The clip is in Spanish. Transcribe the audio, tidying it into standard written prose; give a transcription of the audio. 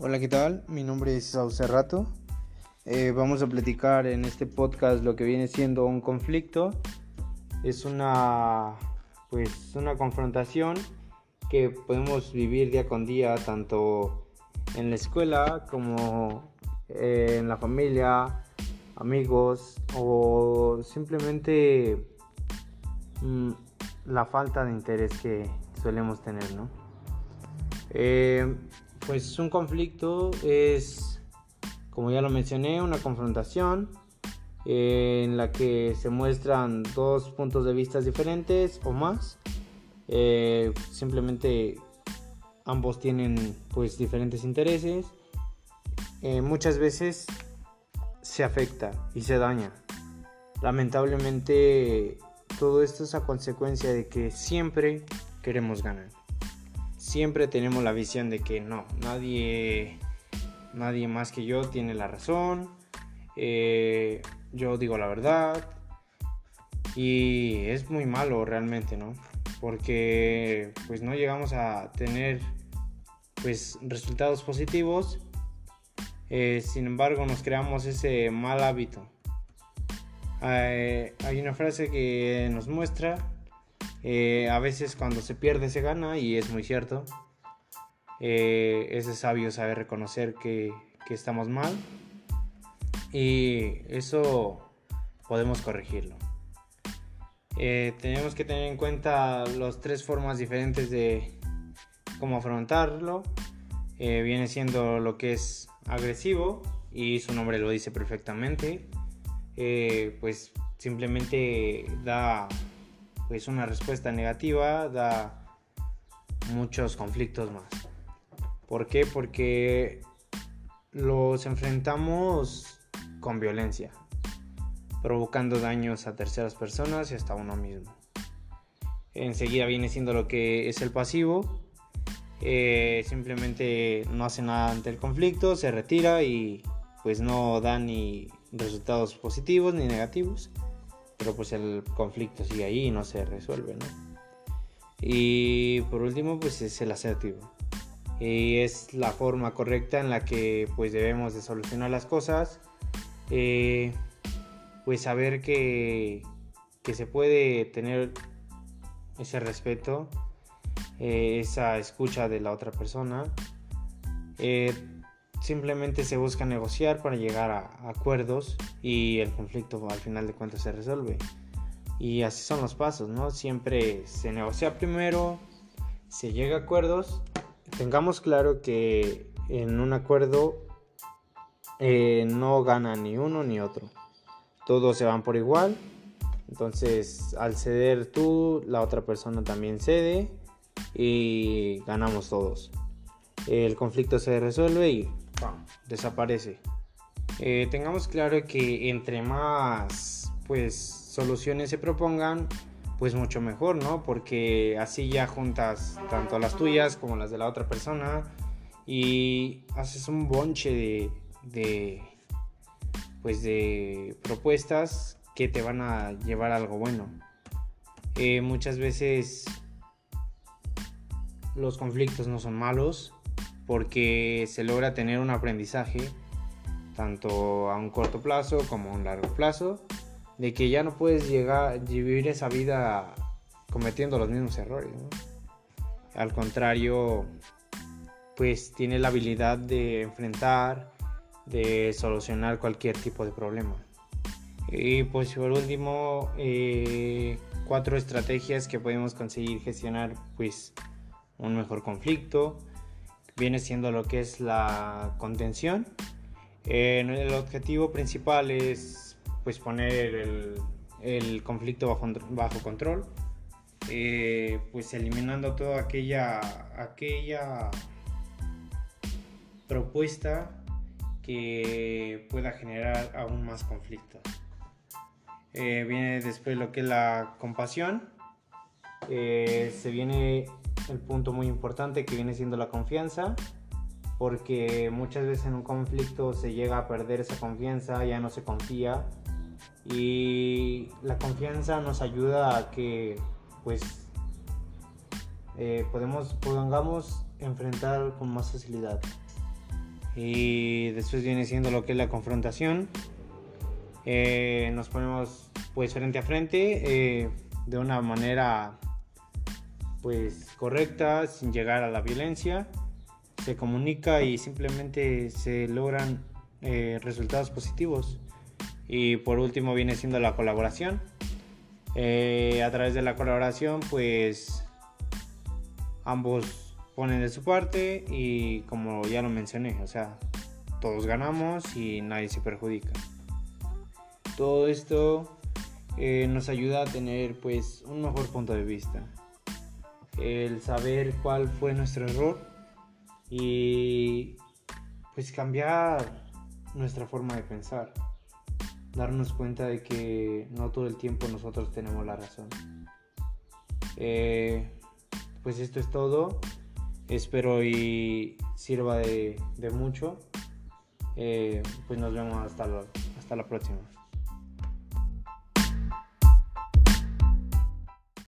Hola, ¿qué tal? Mi nombre es Sauce Rato. Vamos a platicar en este podcast lo que viene siendo un conflicto. Es una confrontación que podemos vivir día con día, tanto en la escuela como en la familia, amigos o simplemente la falta de interés que solemos tener, ¿no? Pues un conflicto es, como ya lo mencioné, una confrontación en la que se muestran dos puntos de vista diferentes o más. Simplemente ambos tienen pues diferentes intereses. Muchas veces se afecta y se daña. Lamentablemente todo esto es a consecuencia de que siempre queremos ganar. Siempre tenemos la visión de que no, nadie más que yo tiene la razón, yo digo la verdad, y es muy malo realmente, ¿no? Porque pues no llegamos a tener pues resultados positivos, sin embargo nos creamos ese mal hábito. Hay una frase que nos muestra: a veces cuando se pierde se gana, y es muy cierto. Es de sabio saber reconocer que estamos mal, y eso podemos corregirlo. Tenemos que tener en cuenta las tres formas diferentes de cómo afrontarlo. Viene siendo lo que es agresivo, y su nombre lo dice perfectamente. Pues simplemente da pues una respuesta negativa, da muchos conflictos más. ¿Por qué? Porque los enfrentamos con violencia, provocando daños a terceras personas y hasta a uno mismo. Enseguida viene siendo lo que es el pasivo. Simplemente no hace nada ante el conflicto, se retira y pues no da ni resultados positivos ni negativos, pero pues el conflicto sigue ahí y no se resuelve, ¿no? Y por último pues es el asertivo, y es la forma correcta en la que pues debemos de solucionar las cosas. Pues saber que se puede tener ese respeto, esa escucha de la otra persona. Simplemente se busca negociar para llegar a acuerdos, y el conflicto al final de cuentas se resuelve. Y así son los pasos, ¿no? Siempre se negocia primero, se llega a acuerdos. Tengamos claro que en un acuerdo no gana ni uno ni otro. Todos se van por igual. Entonces, al ceder tú, la otra persona también cede y ganamos todos. El conflicto se resuelve y ¡pam!, desaparece. Tengamos claro que entre más pues soluciones se propongan, pues mucho mejor, ¿no? Porque así ya juntas tanto las tuyas como las de la otra persona y haces un bonche de propuestas que te van a llevar a algo bueno. Muchas veces los conflictos no son malos, porque se logra tener un aprendizaje tanto a un corto plazo como a un largo plazo, de que ya no puedes llegar a vivir esa vida cometiendo los mismos errores, ¿no? Al contrario, pues tienes la habilidad de enfrentar, de solucionar cualquier tipo de problema. Y pues por último, 4 estrategias que podemos conseguir gestionar pues un mejor conflicto. Viene siendo lo que es la contención. El objetivo principal es pues poner el conflicto bajo control, pues eliminando toda aquella propuesta que pueda generar aún más conflicto. Viene después lo que es la compasión. Se viene el punto muy importante, que viene siendo la confianza, porque muchas veces en un conflicto se llega a perder esa confianza, ya no se confía, y la confianza nos ayuda a que pues podamos enfrentar con más facilidad. y después viene siendo lo que es la confrontación. Nos ponemos pues frente a frente de una manera pues correcta, sin llegar a la violencia. Se comunica y simplemente se logran resultados positivos. Y por último viene siendo la colaboración. A través de la colaboración pues ambos ponen de su parte y, como ya lo mencioné, o sea, todos ganamos y nadie se perjudica. Todo esto nos ayuda a tener pues un mejor punto de vista, el saber cuál fue nuestro error y pues cambiar nuestra forma de pensar, darnos cuenta de que no todo el tiempo nosotros tenemos la razón. Pues esto es todo, espero y sirva de mucho. Pues nos vemos hasta la próxima.